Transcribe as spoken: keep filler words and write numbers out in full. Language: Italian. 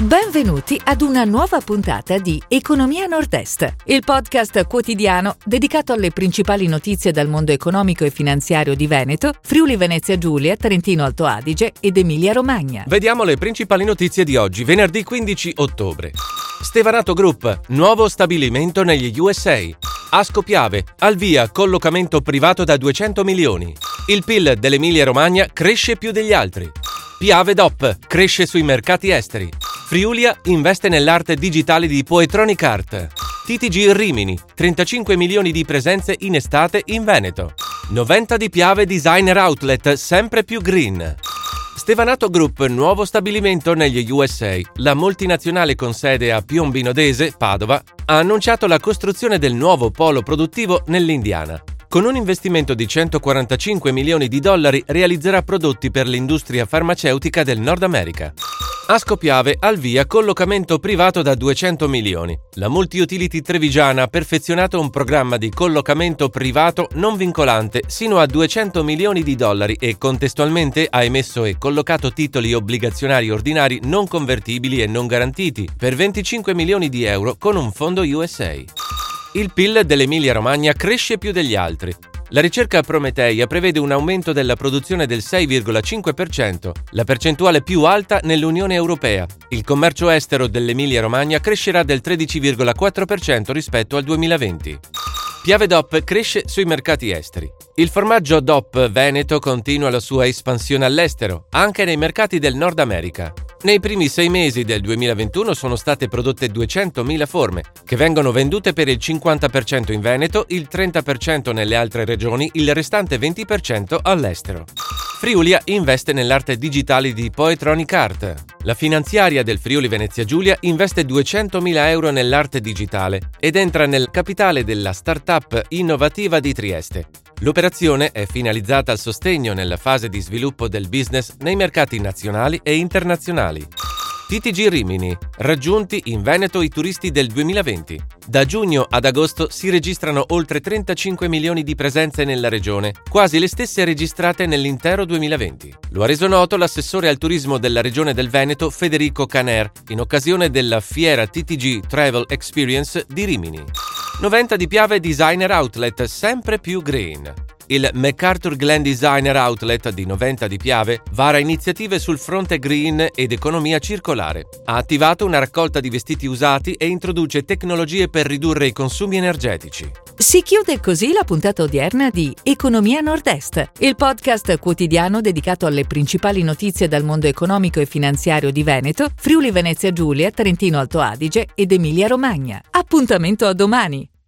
Benvenuti ad una nuova puntata di Economia Nord-Est, il podcast quotidiano dedicato alle principali notizie dal mondo economico e finanziario di Veneto, Friuli Venezia Giulia, Trentino Alto Adige ed Emilia Romagna. Vediamo le principali notizie di oggi, venerdì quindici ottobre. Stevanato Group, nuovo stabilimento negli U S A. Asco Piave, al via collocamento privato da duecento milioni. Il P I L dell'Emilia Romagna cresce più degli altri. Piave D O P cresce sui mercati esteri. Friulia investe nell'arte digitale di Poetronic Art. T T G Rimini, trentacinque milioni di presenze in estate in Veneto. novanta di Piave Designer Outlet, sempre più green. Stevanato Group, nuovo stabilimento negli U S A. La multinazionale con sede a Piombino Dese, Padova, ha annunciato la costruzione del nuovo polo produttivo nell'Indiana. Con un investimento di centoquarantacinque milioni di dollari realizzerà prodotti per l'industria farmaceutica del Nord America. Asco Piave al via collocamento privato da duecento milioni. La multi-utility trevigiana ha perfezionato un programma di collocamento privato non vincolante sino a duecento milioni di dollari e contestualmente ha emesso e collocato titoli obbligazionari ordinari non convertibili e non garantiti per venticinque milioni di euro con un fondo U S A. Il P I L dell'Emilia Romagna cresce più degli altri. La ricerca Prometeia prevede un aumento della produzione del sei virgola cinque per cento, la percentuale più alta nell'Unione Europea. Il commercio estero dell'Emilia Romagna crescerà del tredici virgola quattro per cento rispetto al duemilaventi. Piave D O P cresce sui mercati esteri. Il formaggio D O P Veneto continua la sua espansione all'estero, anche nei mercati del Nord America. Nei primi sei mesi del duemilaventuno sono state prodotte duecentomila forme, che vengono vendute per il cinquanta per cento in Veneto, il trenta per cento nelle altre regioni, il restante venti per cento all'estero. Friulia investe nell'arte digitale di Poetronic Art. La finanziaria del Friuli Venezia Giulia investe duecentomila euro nell'arte digitale ed entra nel capitale della startup innovativa di Trieste. L'operazione è finalizzata al sostegno nella fase di sviluppo del business nei mercati nazionali e internazionali. T T G Rimini, raggiunti in Veneto i turisti del duemilaventi. Da giugno ad agosto si registrano oltre trentacinque milioni di presenze nella regione, quasi le stesse registrate nell'intero duemilaventi. Lo ha reso noto l'assessore al turismo della regione del Veneto Federico Caner in occasione della fiera T T G Travel Experience di Rimini. novanta di Piave Designer Outlet, sempre più green. Il MacArthur Glen Designer Outlet di novanta di Piave vara iniziative sul fronte green ed economia circolare. Ha attivato una raccolta di vestiti usati e introduce tecnologie per ridurre i consumi energetici. Si chiude così la puntata odierna di Economia Nord-Est, il podcast quotidiano dedicato alle principali notizie dal mondo economico e finanziario di Veneto, Friuli Venezia Giulia, Trentino Alto Adige ed Emilia Romagna. Appuntamento a domani!